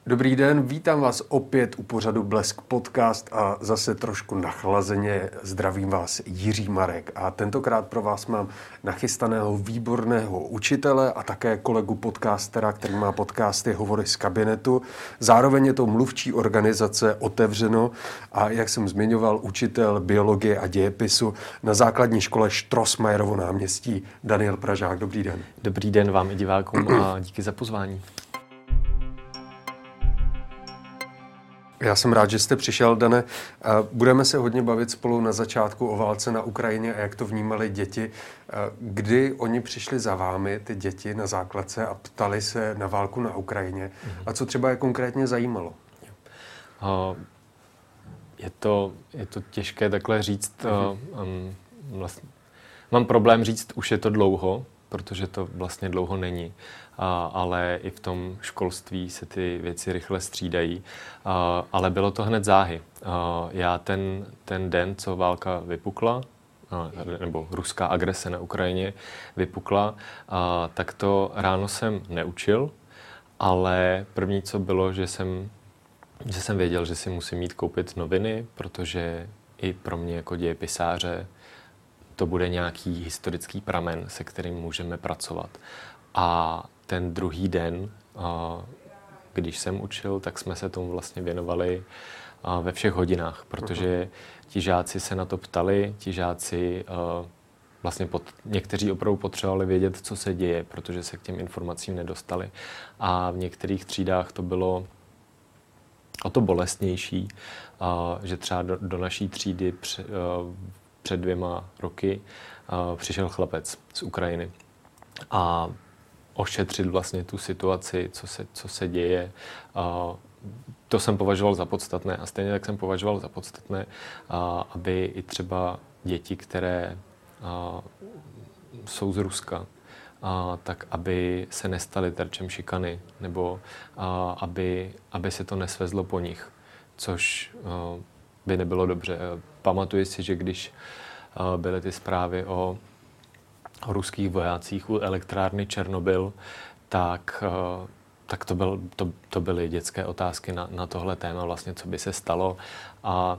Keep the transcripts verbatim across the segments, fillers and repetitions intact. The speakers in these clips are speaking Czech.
Dobrý den, vítám vás opět u pořadu Blesk Podcast a zase trošku nachlazeně zdravím vás Jiří Marek. A tentokrát pro vás mám nachystaného výborného učitele a také kolegu podcastera, který má podcasty Hovory z kabinetu. Zároveň je to mluvčí organizace Otevřeno a jak jsem zmiňoval, učitel biologie a dějepisu na základní škole Štrosmajerovo náměstí Daniel Pražák. Dobrý den. Dobrý den vám i divákům a díky za pozvání. Já jsem rád, že jste přišel, Dane. Budeme se hodně bavit spolu na začátku o válce na Ukrajině a jak to vnímali děti. Kdy oni přišli za vámi, ty děti na základce, a ptali se na válku na Ukrajině? A co třeba je konkrétně zajímalo? Je to, je to těžké takhle říct. Um, vlastně, mám problém říct, už je to dlouho, protože to vlastně dlouho není. A, ale i v tom školství se ty věci rychle střídají. A, ale bylo to hned záhy. A, já ten, ten den, co válka vypukla, a, nebo ruská agrese na Ukrajině vypukla, a, tak to ráno jsem neučil, ale první, co bylo, že jsem, že jsem věděl, že si musím jít koupit noviny, protože i pro mě jako dějepisáře to bude nějaký historický pramen, se kterým můžeme pracovat. A ten druhý den, když jsem učil, tak jsme se tomu vlastně věnovali ve všech hodinách, protože ti žáci se na to ptali, ti žáci vlastně pod, někteří opravdu potřebovali vědět, co se děje, protože se k těm informacím nedostali. A v některých třídách to bylo o to bolestnější, že třeba do, do naší třídy při, před dvěma roky přišel chlapec z Ukrajiny a ošetřit vlastně tu situaci, co se, co se děje. A to jsem považoval za podstatné a stejně tak jsem považoval za podstatné, a, aby i třeba děti, které a, jsou z Ruska, a, tak aby se nestaly terčem šikany, nebo a, aby, aby se to nesvezlo po nich, což a, by nebylo dobře. Pamatuji si, že když a, byly ty zprávy o o ruských vojácích u elektrárny Černobyl, tak, tak to, byl, to, to byly dětské otázky na, na tohle téma, vlastně, co by se stalo. A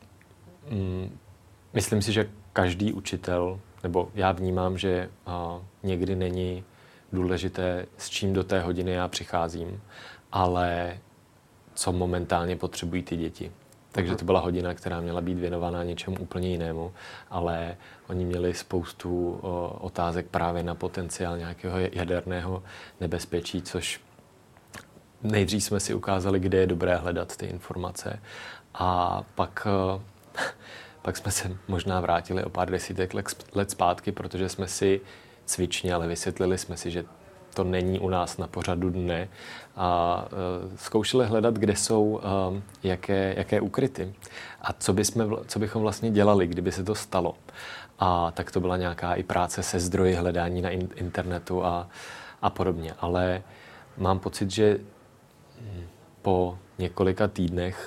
mm, myslím si, že každý učitel, nebo já vnímám, že a, někdy není důležité, s čím do té hodiny já přicházím, ale co momentálně potřebují ty děti. Takže to byla hodina, která měla být věnovaná něčemu úplně jinému, ale oni měli spoustu o, otázek právě na potenciál nějakého jaderného nebezpečí, což nejdřív jsme si ukázali, kde je dobré hledat ty informace. A pak, pak jsme se možná vrátili o pár desítek let zpátky, protože jsme si cvičně, ale vysvětlili jsme si, že to není u nás na pořadu dne, a uh, zkoušeli hledat, kde jsou uh, jaké, jaké ukryty a co, bychom, co bychom vlastně dělali, kdyby se to stalo. A tak to byla nějaká i práce se zdroji hledání na in- internetu a, a podobně. Ale mám pocit, že po několika týdnech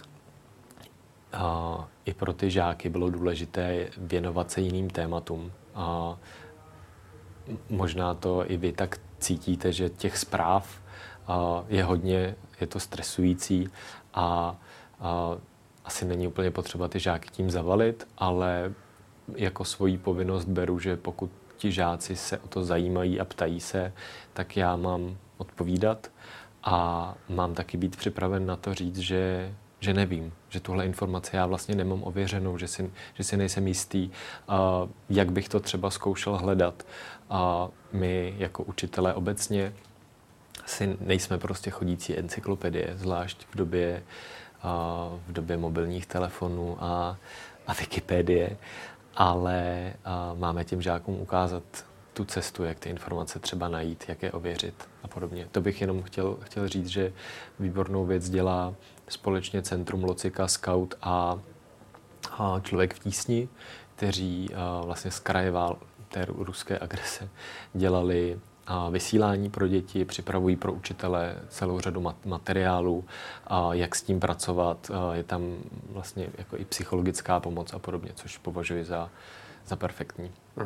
uh, i pro ty žáky bylo důležité věnovat se jiným tématům. A možná to i vy tak cítíte, že těch zpráv uh, je hodně, je to stresující a uh, asi není úplně potřeba ty žáky tím zavalit, ale jako svoji povinnost beru, že pokud ti žáci se o to zajímají a ptají se, tak já mám odpovídat a mám taky být připraven na to říct, že, že nevím, že tuhle informaci já vlastně nemám ověřenou, že si, že si nejsem jistý, uh, jak bych to třeba zkoušel hledat. A my jako učitelé obecně si nejsme prostě chodící encyklopedie, zvlášť v době, a, v době mobilních telefonů a, a Wikipedie, ale a, máme těm žákům ukázat tu cestu, jak ty informace třeba najít, jak je ověřit a podobně. To bych jenom chtěl, chtěl říct, že výbornou věc dělá společně Centrum Locika, Scout a, a Člověk v tísni, kteří a, vlastně z kraje vál, té ruské agrese dělali a, vysílání pro děti, připravují pro učitele celou řadu mat- materiálů, a, jak s tím pracovat. A, je tam vlastně jako i psychologická pomoc a podobně, což považuji za, za perfektní. Aha.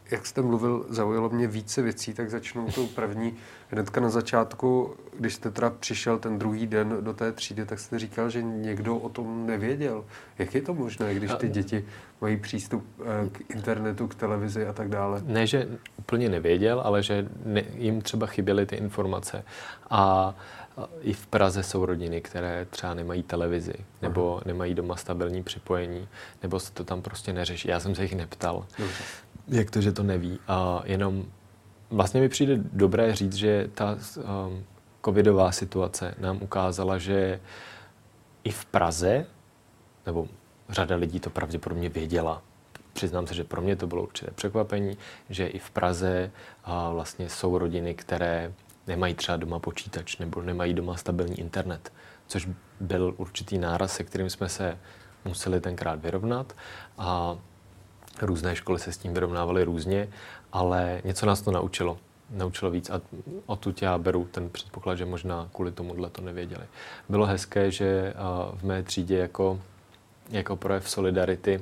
jak jste mluvil, zaujalo mě více věcí, tak začnu tou první. Hnedka na začátku, když jste teda přišel ten druhý den do té třídy, tak jste říkal, že někdo o tom nevěděl. Jak je to možné, když ty děti mají přístup k internetu, k televizi a tak dále? Ne, že úplně nevěděl, ale že ne, jim třeba chyběly ty informace. A i v Praze jsou rodiny, které třeba nemají televizi, nebo Aha. nemají doma stabilní připojení, nebo se to tam prostě neřeší. Já jsem se jich neptal, Dobře. jak to, že to neví. A jenom vlastně mi přijde dobré říct, že ta um, covidová situace nám ukázala, že i v Praze, nebo řada lidí to pravděpodobně věděla. Přiznám se, že pro mě to bylo určité překvapení, že i v Praze a vlastně jsou rodiny, které nemají třeba doma počítač nebo nemají doma stabilní internet, což byl určitý náraz, se kterým jsme se museli tenkrát vyrovnat a různé školy se s tím vyrovnávaly různě, ale něco nás to naučilo. Naučilo víc a odtud já beru ten předpoklad, že možná kvůli tomuhle to nevěděli. Bylo hezké, že v mé třídě jako, jako projev solidarity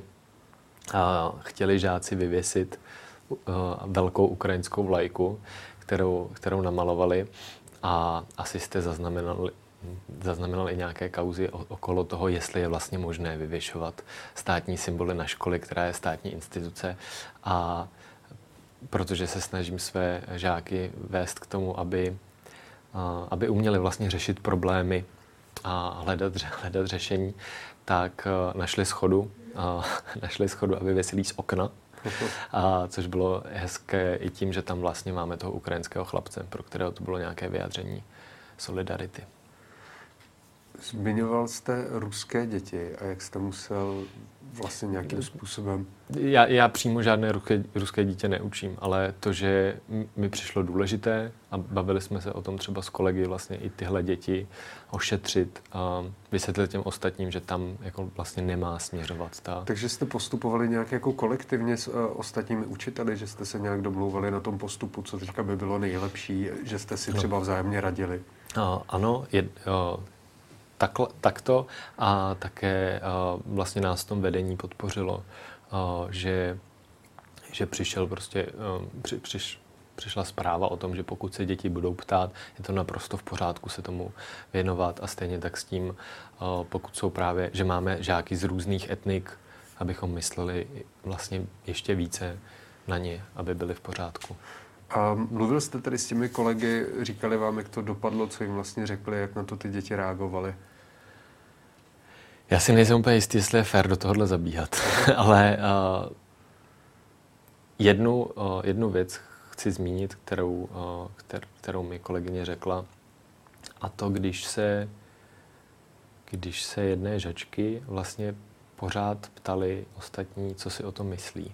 chtěli žáci vyvěsit velkou ukrajinskou vlajku, kterou, kterou namalovali a asi jste zaznamenali, zaznamenali nějaké kauzy okolo toho, jestli je vlastně možné vyvěšovat státní symboly na školy, která je státní instituce, a protože se snažím své žáky vést k tomu, aby, aby uměli vlastně řešit problémy a hledat, hledat řešení, tak našli schodu, našli schodu a vyvěsili z okna. A což bylo hezké i tím, že tam vlastně máme toho ukrajinského chlapce, pro kterého to bylo nějaké vyjádření solidarity. Zmiňoval jste ruské děti a jak jste musel vlastně nějakým způsobem... Já, já přímo žádné ruské, ruské dítě neučím, ale to, že mi přišlo důležité a bavili jsme se o tom třeba s kolegy, vlastně i tyhle děti ošetřit a vysvětlit těm ostatním, že tam jako vlastně nemá směřovat ta... Takže jste postupovali nějak jako kolektivně s uh, ostatními učiteli, že jste se nějak domlouvali na tom postupu, co teďka by bylo nejlepší, že jste si třeba vzájemně radili? Uh, ano, je... Uh, Takhle, takto a také uh, vlastně nás v tom vedení podpořilo, uh, že, že přišel prostě, uh, při, přiš, přišla zpráva o tom, že pokud se děti budou ptát, je to naprosto v pořádku se tomu věnovat a stejně tak s tím, uh, pokud jsou právě, že máme žáky z různých etnik, abychom mysleli vlastně ještě více na ně, aby byli v pořádku. A mluvil jste tedy s těmi kolegy, říkali vám, jak to dopadlo, co jim vlastně řekli, jak na to ty děti reagovaly? Já si nejsem úplně jistý, jestli je fér do tohohle zabíhat, ale uh, jednu, uh, jednu věc chci zmínit, kterou, uh, kter, kterou mi kolegyně řekla, a to, když se, když se jedné žačky vlastně pořád ptali ostatní, co si o tom myslí.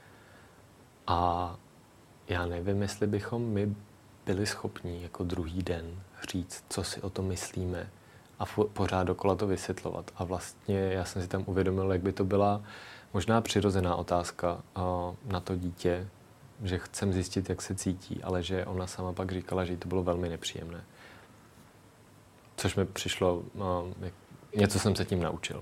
A já nevím, jestli bychom my byli schopni jako druhý den říct, co si o tom myslíme a pořád dokola to vysvětlovat. A vlastně já jsem si tam uvědomil, jak by to byla možná přirozená otázka na to dítě, že chcem zjistit, jak se cítí, ale že ona sama pak říkala, že jí to bylo velmi nepříjemné. Což mi přišlo, něco jsem se tím naučil.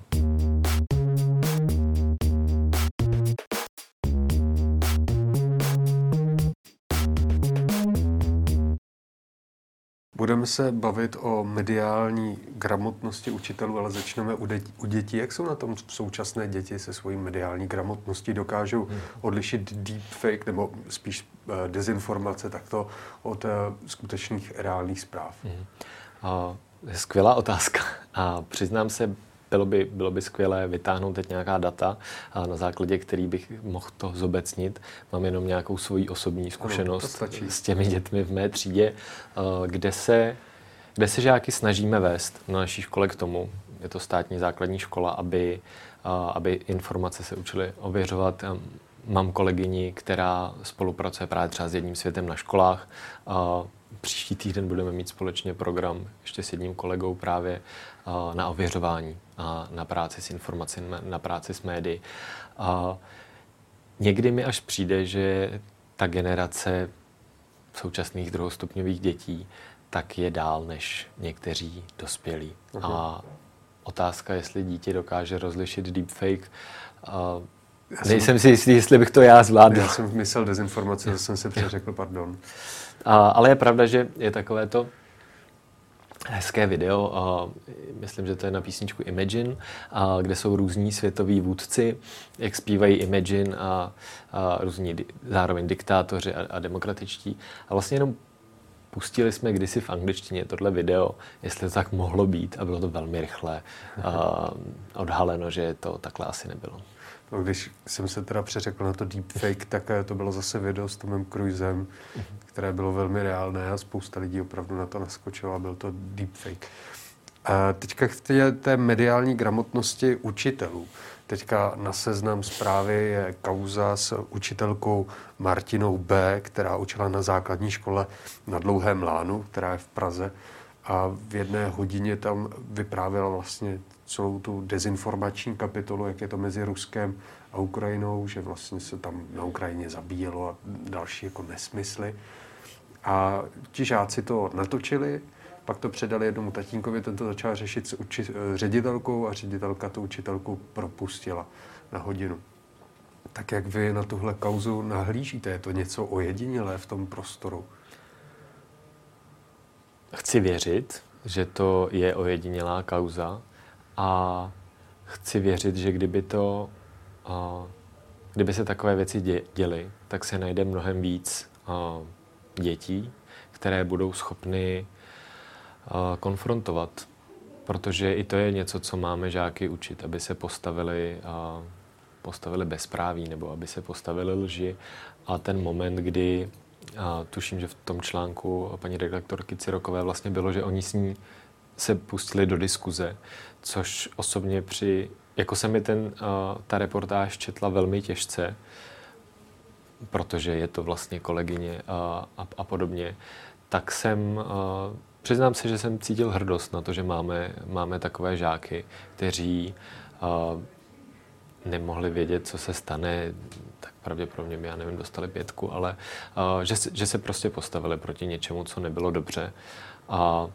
Budeme se bavit o mediální gramotnosti učitelů, ale začneme u, dětí. u dětí. Jak jsou na tom současné děti se svojí mediální gramotností? Dokážou odlišit deepfake nebo spíš uh, dezinformace takto od uh, skutečných reálných zpráv? Hmm. Uh, skvělá otázka. A přiznám se, bylo by, bylo by skvělé vytáhnout teď nějaká data, a na základě kterých bych mohl to zobecnit. Mám jenom nějakou svoji osobní zkušenost ano, s těmi dětmi v mé třídě, kde se, kde se žáky snažíme vést na naší škole k tomu. Je to státní základní škola, aby, aby informace se učili ověřovat. Mám kolegyni, která spolupracuje právě třeba s jedním světem na školách. Příští týden budeme mít společně program ještě s jedním kolegou právě na ověřování a na práci s informacemi, na práci s médií. A někdy mi až přijde, že ta generace současných druhostupňových dětí tak je dál než někteří dospělí. Uh-huh. A otázka, jestli dítě dokáže rozlišit deepfake, Já Nejsem jsem... si jistý, jestli bych to já zvládl. Já jsem myslel dezinformace, to jsem se přeřekl, pardon. A, ale je pravda, že je takové to hezké video, a myslím, že to je na písničku Imagine, a kde jsou různí světoví vůdci, jak zpívají Imagine a, a různí di, zároveň diktátoři a, a demokratičtí. A vlastně jenom pustili jsme kdysi v angličtině tohle video, jestli to tak mohlo být, a bylo to velmi rychle a, odhaleno, že to takhle asi nebylo. No, když jsem se teda přeřekl na to deepfake, tak to bylo zase video s Tomem Cruisem, které bylo velmi reálné a spousta lidí opravdu na to naskočilo a byl to deepfake. A teďka k té, té mediální gramotnosti učitelů. Teďka na Seznam Zprávy je kauza s učitelkou Martinou B., která učila na základní škole na Dlouhém Lánu, která je v Praze. A v jedné hodině tam vyprávěla vlastně celou tu dezinformační kapitolu, jak je to mezi Ruskem a Ukrajinou, že vlastně se tam na Ukrajině zabíjelo a další jako nesmysly. A ti žáci to natočili, pak to předali jednomu tatínkovi, ten to začal řešit s uči- ředitelkou a ředitelka tu učitelku propustila na hodinu. Tak jak vy na tuhle kauzu nahlížíte? Je to něco ojedinělé v tom prostoru? Chci věřit, že to je ojedinělá kauza a chci věřit, že kdyby to, kdyby se takové věci děly, tak se najde mnohem víc dětí, které budou schopny konfrontovat. Protože i to je něco, co máme žáky učit, aby se postavili, postavili bezpráví nebo aby se postavili lži. A ten moment, kdy a tuším, že v tom článku paní redaktorky Cirokové vlastně bylo, že oni s ní se pustili do diskuze, což osobně při, jako se mi ten, ta reportáž četla velmi těžce, protože je to vlastně kolegyně a, a, a podobně, tak jsem, a, přiznám se, že jsem cítil hrdost na to, že máme, máme takové žáky, kteří a, nemohli vědět, co se stane, tak pravděpodobně by, já nevím, dostali pětku, ale uh, že, že se prostě postavili proti něčemu, co nebylo dobře. A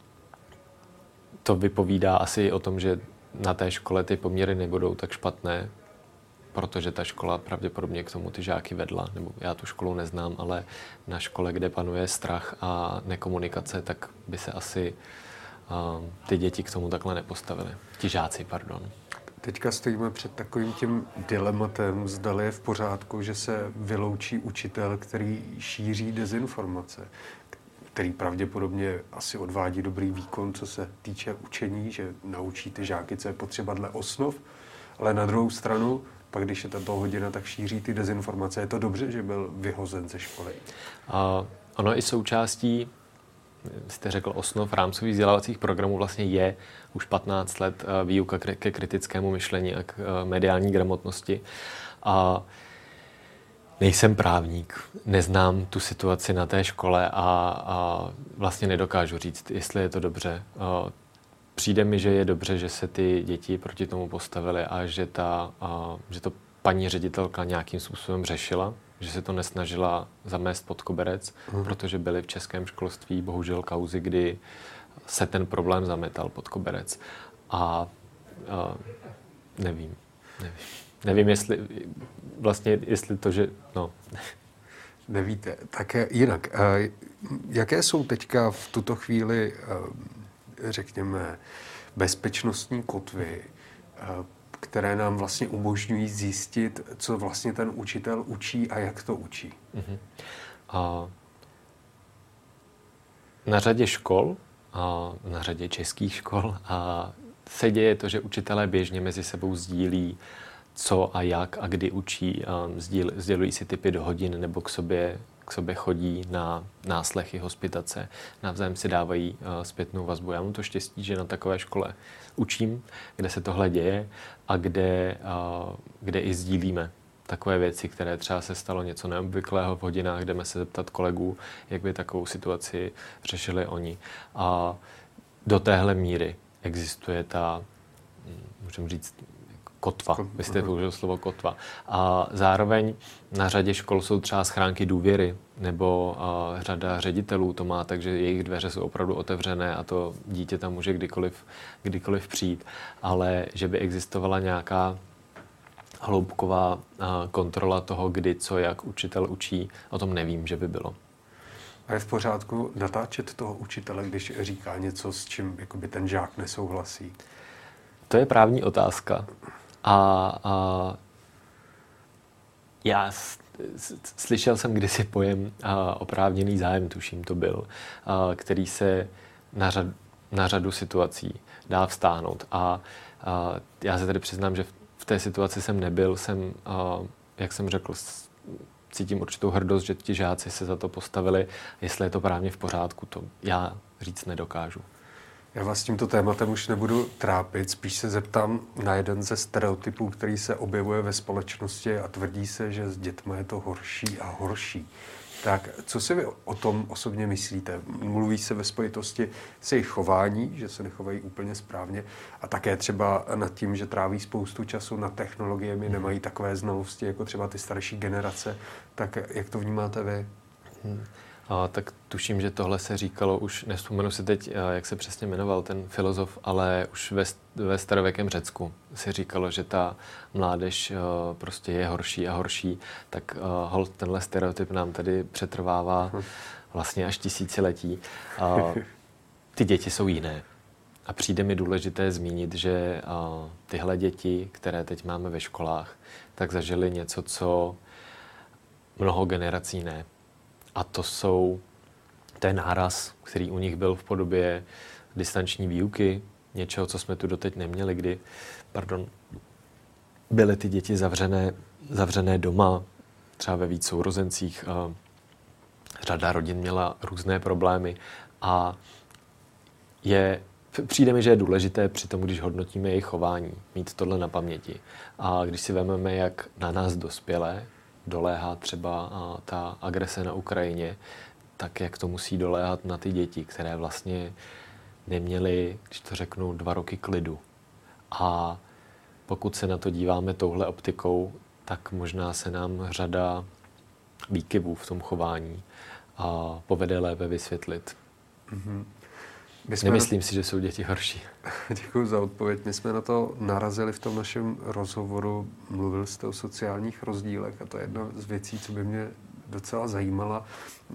to vypovídá asi o tom, že na té škole ty poměry nebudou tak špatné, protože ta škola pravděpodobně k tomu ty žáky vedla, nebo já tu školu neznám, ale na škole, kde panuje strach a nekomunikace, tak by se asi uh, ty děti k tomu takhle nepostavily. Ti žáci, pardon. Teďka stojíme před takovým tím dilematem, zdali je v pořádku, že se vyloučí učitel, který šíří dezinformace, který pravděpodobně asi odvádí dobrý výkon, co se týče učení, že naučí ty žáky, co je potřeba dle osnov, ale na druhou stranu, pak když je tato hodina, tak šíří ty dezinformace. Je to dobře, že byl vyhozen ze školy? A ono i součástí, jste řekl, osnov rámcových vzdělávacích programů vlastně je už patnáct let výuka ke kritickému myšlení a k mediální gramotnosti. A nejsem právník, neznám tu situaci na té škole a, a vlastně nedokážu říct, jestli je to dobře. Přijde mi, že je dobře, že se ty děti proti tomu postavily a že, ta, a, že to paní ředitelka nějakým způsobem řešila, že se to nesnažila zamést pod koberec, hmm. protože byly v českém školství bohužel kauzy, kdy se ten problém zametal pod koberec. A, a nevím, nevím. Nevím, jestli vlastně, jestli to, že, no. Nevíte. Tak jinak, jaké jsou teďka v tuto chvíli, řekněme, bezpečnostní kotvy, které nám vlastně umožňují zjistit, co vlastně ten učitel učí a jak to učí? Uh-huh. A na řadě škol, a na řadě českých škol a se děje to, že učitelé běžně mezi sebou sdílí, co a jak a kdy učí, a sdíl, sdělují si typy do hodin nebo k sobě, k sobě chodí na náslechy, hospitace, navzájem si dávají uh, zpětnou vazbu. Já mám to štěstí, že na takové škole učím, kde se tohle děje a kde, uh, kde i sdílíme takové věci, které třeba se stalo něco neobvyklého v hodinách, jdeme se zeptat kolegů, jak by takovou situaci řešili oni. A do téhle míry existuje ta, můžeme říct, kotva. Vy jste použil slovo kotva. A zároveň na řadě škol jsou třeba schránky důvěry nebo uh, řada ředitelů to má, takže jejich dveře jsou opravdu otevřené a to dítě tam může kdykoliv, kdykoliv přijít. Ale že by existovala nějaká hloubková kontrola toho, kdy, co, jak učitel učí, o tom nevím, že by bylo. A je v pořádku natáčet toho učitele, když říká něco, s čím jakoby ten žák nesouhlasí? To je právní otázka. A, a já s, s, slyšel jsem kdysi pojem a, oprávněný zájem, tuším to byl, a, který se na, řad, na řadu situací dá vztáhnout. A, a já se tedy přiznám, že v, v té situaci jsem nebyl, jsem, a, jak jsem řekl, cítím určitou hrdost, že ti žáci se za to postavili. Jestli je to právně v pořádku, to já říct nedokážu. Já vás tímto tématem už nebudu trápit, spíš se zeptám na jeden ze stereotypů, který se objevuje ve společnosti a tvrdí se, že s dětmi je to horší a horší. Tak co si vy o tom osobně myslíte? Mluví se ve spojitosti s jejich chování, že se nechovají úplně správně a také třeba nad tím, že tráví spoustu času na technologiemi, nemají takové znalosti jako třeba ty starší generace. Tak jak to vnímáte vy? Hmm. A, tak tuším, že tohle se říkalo už, nevzpomenu si teď, jak se přesně jmenoval ten filozof, ale už ve, ve starověkém Řecku se říkalo, že ta mládež uh, prostě je horší a horší, tak uh, holt tenhle stereotyp nám tady přetrvává vlastně až tisíciletí. Uh, ty děti jsou jiné. A přijde mi důležité zmínit, že uh, tyhle děti, které teď máme ve školách, tak zažili něco, co mnoho generací ne. A to jsou, to je náraz, který u nich byl v podobě distanční výuky, něčeho, co jsme tu doteď neměli, kdy, pardon, byly ty děti zavřené, zavřené doma, třeba ve víc sourozencích. A řada rodin měla různé problémy a je, přijde mi, že je důležité při tom, když hodnotíme jejich chování, mít tohle na paměti. A když si vezmeme, jak na nás dospělé doléhá třeba ta agrese na Ukrajině, tak jak to musí doléhat na ty děti, které vlastně neměly, když to řeknu, dva roky klidu. A pokud se na to díváme touhle optikou, tak možná se nám řada výkyvů v tom chování a povede lépe vysvětlit. Mm-hmm. Nemyslím na... si, že jsou děti horší. Děkuji za odpověď. My jsme na to narazili v tom našem rozhovoru. Mluvil jste o sociálních rozdílech a to je jedna z věcí, co by mě docela zajímala.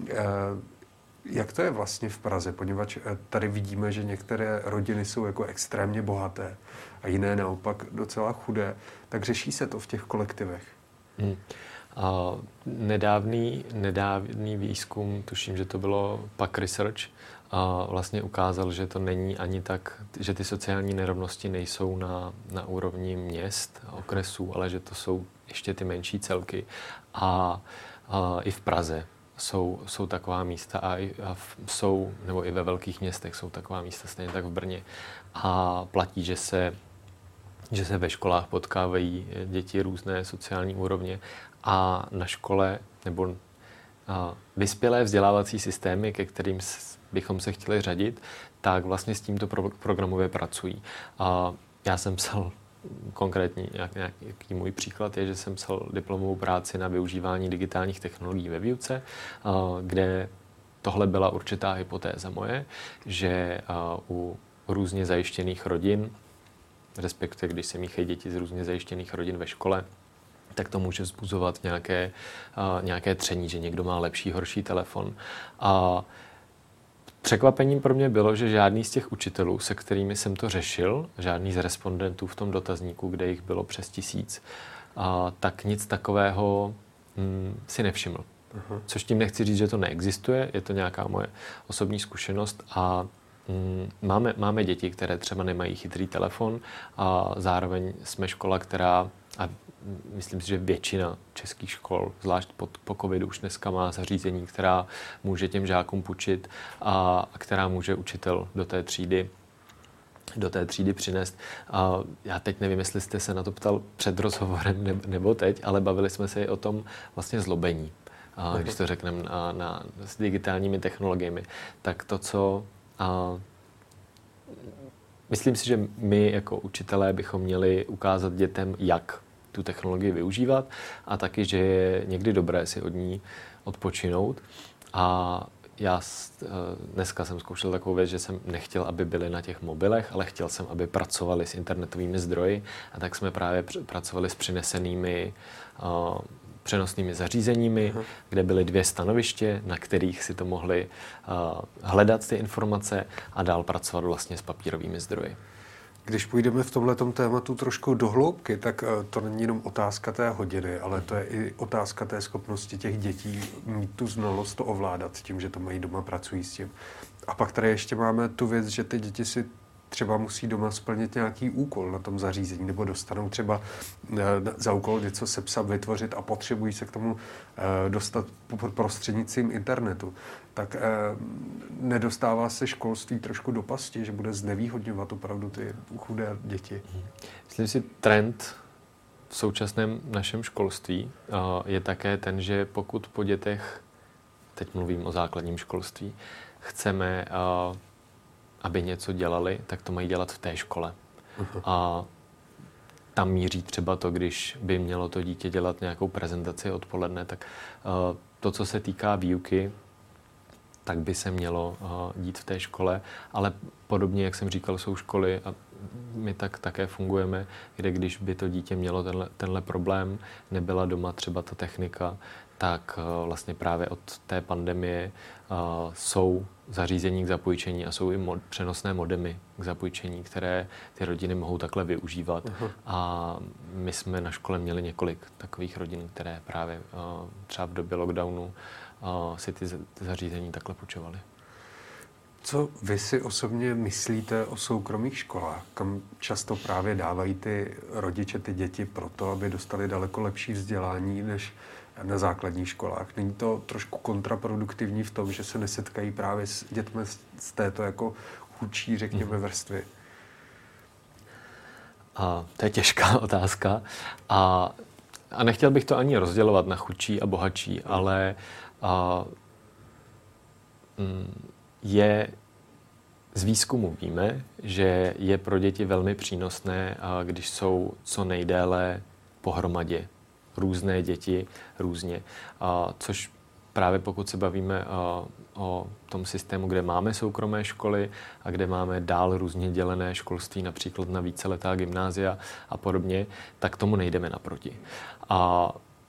Jak to je vlastně v Praze? Poněvadž tady vidíme, že některé rodiny jsou jako extrémně bohaté a jiné naopak docela chudé. Tak řeší se to v těch kolektivech? Hmm. A nedávný, nedávný výzkum, tuším, že to bylo P A C Research, a vlastně ukázal, že to není ani tak, že ty sociální nerovnosti nejsou na, na úrovni měst, okresů, ale že to jsou ještě ty menší celky. A, a i v Praze jsou, jsou taková místa a, i, a v, jsou, nebo i ve velkých městech jsou taková místa, stejně tak v Brně. A platí, že se, že se ve školách potkávají děti různé sociální úrovně a na škole nebo a vyspělé vzdělávací systémy, ke kterým bychom se chtěli řadit, tak vlastně s tímto pro- programově pracují. A já jsem psal konkrétní, nějak, nějaký můj příklad je, že jsem psal diplomovou práci na využívání digitálních technologií ve výuce, a, kde tohle byla určitá hypotéza moje, že a, u různě zajištěných rodin, respektive když se míchají děti z různě zajištěných rodin ve škole, tak to může vzbuzovat nějaké, uh, nějaké tření, že někdo má lepší, horší telefon. A překvapením pro mě bylo, že žádný z těch učitelů, se kterými jsem to řešil, žádný z respondentů v tom dotazníku, kde jich bylo přes tisíc, uh, tak nic takového mm, si nevšiml. Uh-huh. Což tím nechci říct, že to neexistuje, je to nějaká moje osobní zkušenost a mm, máme, máme děti, které třeba nemají chytrý telefon a zároveň jsme škola, která a myslím si, že většina českých škol, zvlášť po, po covidu, už dneska má zařízení, která může těm žákům půjčit a, a která může učitel do té třídy do té třídy přinést. A já teď nevím, jestli jste se na to ptal před rozhovorem ne, nebo teď, ale bavili jsme se i o tom vlastně zlobení. A když to řekneme na, na, s digitálními technologiemi, tak to, co a, myslím si, že my jako učitelé bychom měli ukázat dětem, jak tu technologii využívat a taky, že je někdy dobré si od ní odpočinout. A já dneska jsem zkoušel takovou věc, že jsem nechtěl, aby byli na těch mobilech, ale chtěl jsem, aby pracovali s internetovými zdroji, a tak jsme právě pracovali s přinesenými uh, přenosnými zařízeními, uh-huh. kde byly dvě stanoviště, na kterých si to mohli uh, hledat ty informace a dál pracovat vlastně s papírovými zdroji. Když půjdeme v tomhletom tématu trošku do hloubky, tak to není jenom otázka té hodiny, ale to je i otázka té schopnosti těch dětí mít tu znalost, to ovládat tím, že to mají doma, pracují s tím. A pak tady ještě máme tu věc, že ty děti si třeba musí doma splnit nějaký úkol na tom zařízení, nebo dostanou třeba za úkol něco sepsat, vytvořit a potřebují se k tomu dostat prostřednictvím internetu. Tak nedostává se školství trošku do pasti, že bude znevýhodňovat opravdu ty chudé děti? Myslím si, trend v současném našem školství je také ten, že pokud po dětech, teď mluvím o základním školství, chceme, aby něco dělali, tak to mají dělat v té škole. Uh-huh. A tam míří třeba to, když by mělo to dítě dělat nějakou prezentaci odpoledne, tak to, co se týká výuky, tak by se mělo uh, dít v té škole, ale podobně, jak jsem říkal, jsou školy a my tak také fungujeme, kde když by to dítě mělo tenhle, tenhle problém, nebyla doma třeba ta technika, tak uh, vlastně právě od té pandemie uh, jsou zařízení k zapůjčení a jsou i mod, přenosné modemy k zapůjčení, které ty rodiny mohou takhle využívat. Uh-huh. A my jsme na škole měli několik takových rodin, které právě uh, třeba v době lockdownu a si ty zařízení takhle půjčovali. Co vy si osobně myslíte o soukromých školách, kam často právě dávají ty rodiče, ty děti proto, aby dostali daleko lepší vzdělání než na základních školách? Není to trošku kontraproduktivní v tom, že se nesetkají právě s dětmi z této jako chudší, řekněme, vrstvy? A to je těžká otázka. A, a nechtěl bych to ani rozdělovat na chudší a bohatší, ale a, mm, je z výzkumu víme, že je pro děti velmi přínosné, a když jsou co nejdéle pohromadě. Různé děti, různě. A, což právě pokud se bavíme a, o tom systému, kde máme soukromé školy a kde máme dál různě dělené školství, například na víceletá gymnázia a podobně, tak tomu nejdeme naproti. A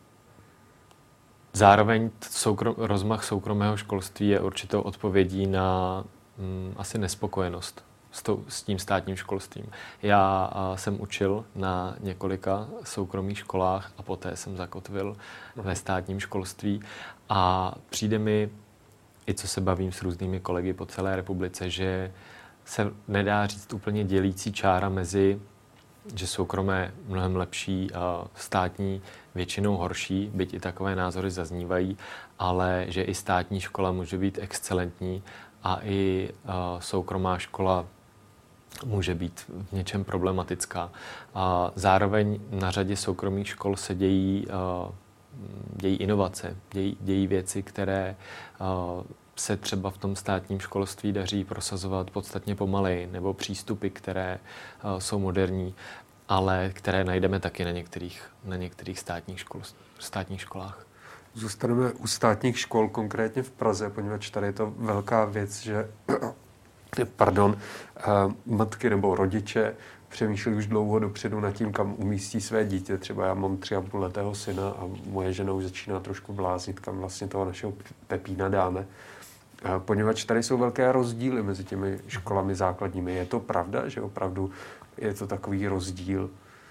zároveň soukrom, rozmach soukromého školství je určitou odpovědí na mm, asi nespokojenost s, to, s tím státním školstvím. Já a, jsem učil na několika soukromých školách a poté jsem zakotvil ve státním školství a přijde mi, i co se bavím s různými kolegy po celé republice, že se nedá říct úplně dělící čára mezi, že soukromé mnohem lepší a státní většinou horší, byť i takové názory zaznívají, ale že i státní škola může být excelentní a i a, soukromá škola může být v něčem problematická. A zároveň na řadě soukromých škol se dějí, a, dějí inovace, dějí, dějí věci, které a, se třeba v tom státním školství daří prosazovat podstatně pomaleji, nebo přístupy, které uh, jsou moderní, ale které najdeme taky na některých, na některých státních, škol, státních školách. Zůstaneme u státních škol, konkrétně v Praze, poněvadž tady je to velká věc, že pardon, uh, matky nebo rodiče přemýšleli už dlouho dopředu nad tím, kam umístí své dítě. Třeba já mám tři a půl letého syna a moje žena už začíná trošku bláznit, kam vlastně toho našeho Pepína dáme. Poněvadž tady jsou velké rozdíly mezi těmi školami základními. Je to pravda, že opravdu je to takový rozdíl?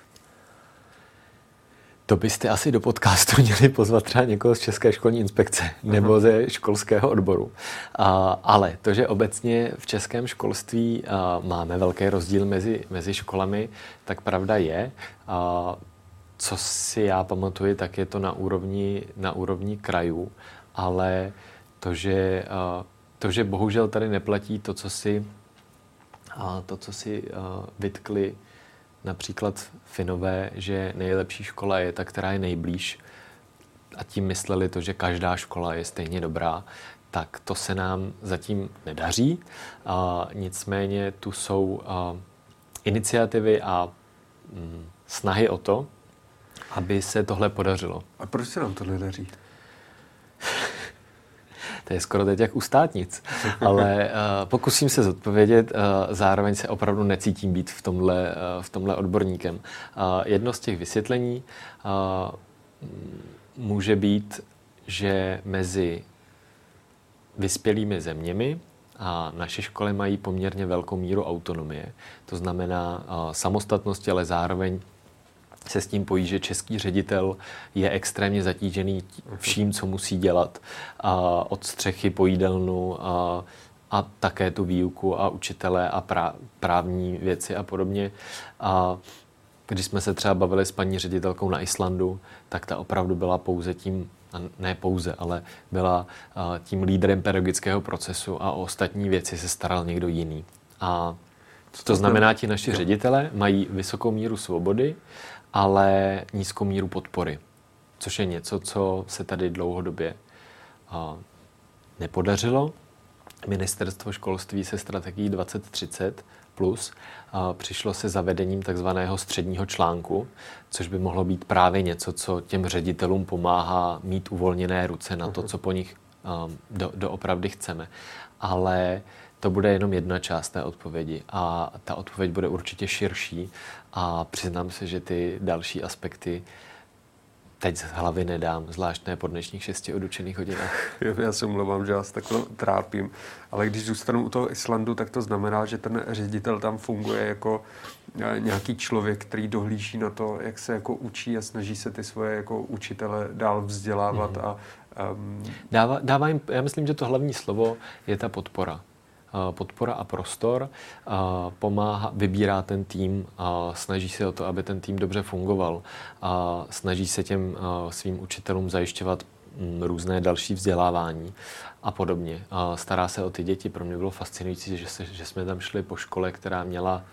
To byste asi do podcastu měli pozvat třeba někoho z České školní inspekce nebo ze školského odboru. A, ale to, že obecně v českém školství a, máme velký rozdíl mezi, mezi školami, tak pravda je. A, co si já pamatuju, tak je to na úrovni, na úrovni krajů, ale to, že, a, to, že bohužel tady neplatí to, co si, a, to, co si a, vytkli například Finové, že nejlepší škola je ta, která je nejblíž, a tím mysleli to, že každá škola je stejně dobrá, tak to se nám zatím nedaří. A nicméně tu jsou a, iniciativy a mm, snahy o to, aby se tohle podařilo. A proč se nám to nedaří? To To je skoro teď jak u státnic. Ale uh, pokusím se zodpovědět, uh, zároveň se opravdu necítím být v tomhle, uh, v tomhle odborníkem. Uh, jedno z těch vysvětlení uh, může být, že mezi vyspělými zeměmi a naše školy mají poměrně velkou míru autonomie. To znamená uh, samostatnosti, ale zároveň se s tím pojí, že český ředitel je extrémně zatížený vším, co musí dělat. Uh, od střechy po jídelnu uh, a také tu výuku a učitele a prá- právní věci a podobně. Uh, když jsme se třeba bavili s paní ředitelkou na Islandu, tak ta opravdu byla pouze tím, ne pouze, ale byla uh, tím lídrem pedagogického procesu a o ostatní věci se staral někdo jiný. A to, to znamená, ti naši ředitelé mají vysokou míru svobody, ale nízkou míru podpory, což je něco, co se tady dlouhodobě uh, nepodařilo. Ministerstvo školství se strategií dvacet třicet plus uh, přišlo se zavedením takzvaného středního článku, což by mohlo být právě něco, co těm ředitelům pomáhá mít uvolněné ruce na to, co po nich um, do, doopravdy chceme. Ale to bude jenom jedna část té odpovědi a ta odpověď bude určitě širší a přiznám se, že ty další aspekty teď z hlavy nedám, zvlášť ne po dnešních šesti odučených hodinách. Já se omlouvám, že vás takhle trápím, ale když zůstanu u toho Islandu, tak to znamená, že ten ředitel tam funguje jako nějaký člověk, který dohlíží na to, jak se jako učí a snaží se ty svoje jako učitele dál vzdělávat mm-hmm. a um... dává, dává jim, já myslím, že to hlavní slovo je ta podpora. Podpora a prostor, pomáhá, vybírá ten tým, snaží se o to, aby ten tým dobře fungoval, snaží se těm svým učitelům zajišťovat různé další vzdělávání a podobně. Stará se o ty děti. Pro mě bylo fascinující, že, se, že jsme tam šli po škole, která měla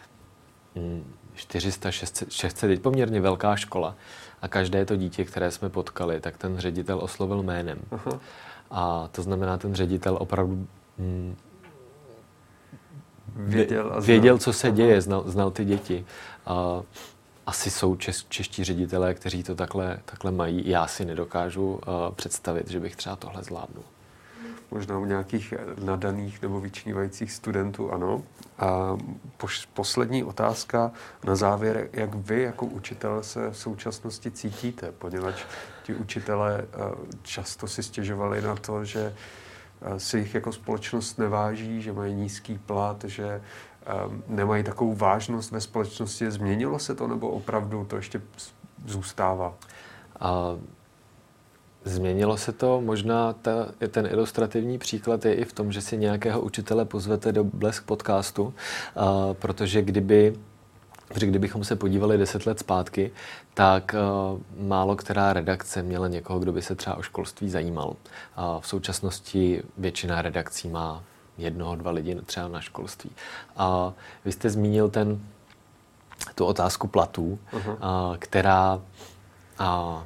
čtyři sta, šest set, šest set, poměrně velká škola. A každé to dítě, které jsme potkali, tak ten ředitel oslovil jménem. Aha. A to znamená, ten ředitel opravdu mm, Věděl, a věděl, co se děje, znal, znal ty děti. Uh, asi jsou čes, čeští ředitelé, kteří to takhle, takhle mají. Já si nedokážu uh, představit, že bych třeba tohle zvládnul. Možná u nějakých nadaných nebo vyčnívajících studentů, ano. A poš, poslední otázka na závěr. Jak vy jako učitel se v současnosti cítíte? Poněvadž ti učitelé uh, často si stěžovali na to, že si jich jako společnost neváží, že mají nízký plat, že um, nemají takovou vážnost ve společnosti. Změnilo se to, nebo opravdu to ještě zůstává? A změnilo se to. Možná ta, ten ilustrativní příklad je i v tom, že si nějakého učitele pozvete do Blesk podcastu, uh, protože kdyby Protože kdybychom se podívali deset let zpátky, tak uh, málo která redakce měla někoho, kdo by se třeba o školství zajímal. Uh, v současnosti většina redakcí má jednoho, dva lidi třeba na školství. A uh, vy jste zmínil ten, tu otázku platů, uh-huh. uh, která uh,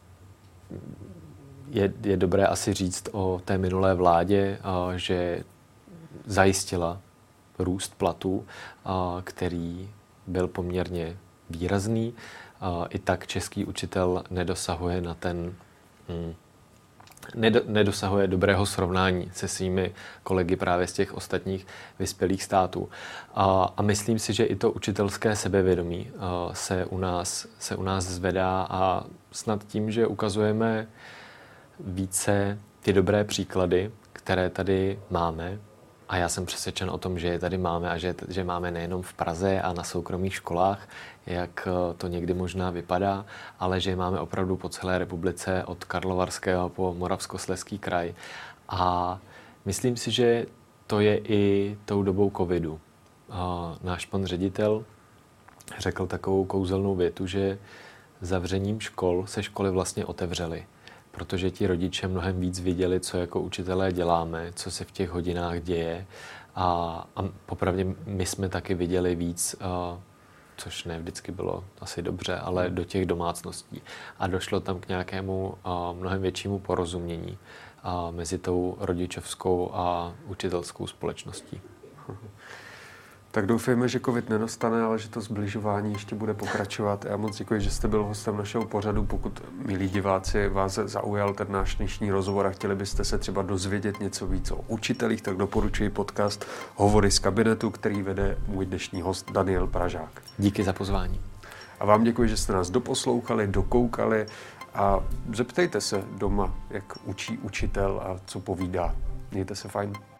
je, je dobré asi říct o té minulé vládě, uh, že zajistila růst platů, uh, který byl poměrně výrazný. I tak český učitel nedosahuje na ten, hm, nedosahuje dobrého srovnání se svými kolegy právě z těch ostatních vyspělých států. A, a myslím si, že i to učitelské sebevědomí se u nás, se u nás zvedá a snad tím, že ukazujeme více ty dobré příklady, které tady máme, a já jsem přesvědčen o tom, že je tady máme a že, že máme nejenom v Praze a na soukromých školách, jak to někdy možná vypadá, ale že je máme opravdu po celé republice od Karlovarského po Moravskoslezský kraj. A myslím si, že to je i tou dobou covidu. A náš pan ředitel řekl takovou kouzelnou větu, že zavřením škol se školy vlastně otevřely. Protože ti rodiče mnohem víc viděli, co jako učitelé děláme, co se v těch hodinách děje. A, a popravdě my jsme taky viděli víc, a, což ne vždycky bylo asi dobře, ale do těch domácností. A došlo tam k nějakému a, mnohem většímu porozumění a, mezi tou rodičovskou a učitelskou společností. Tak doufejme, že covid nenastane, ale že to zbližování ještě bude pokračovat. Já moc děkuji, že jste byl hostem našeho pořadu. Pokud, milí diváci, vás zaujal ten náš dnešní rozhovor a chtěli byste se třeba dozvědět něco víc o učitelích, tak doporučuji podcast Hovory z kabinetu, který vede můj dnešní host Daniel Pražák. Díky za pozvání. A vám děkuji, že jste nás doposlouchali, dokoukali a zeptejte se doma, jak učí učitel a co povídá. Mějte se fajn.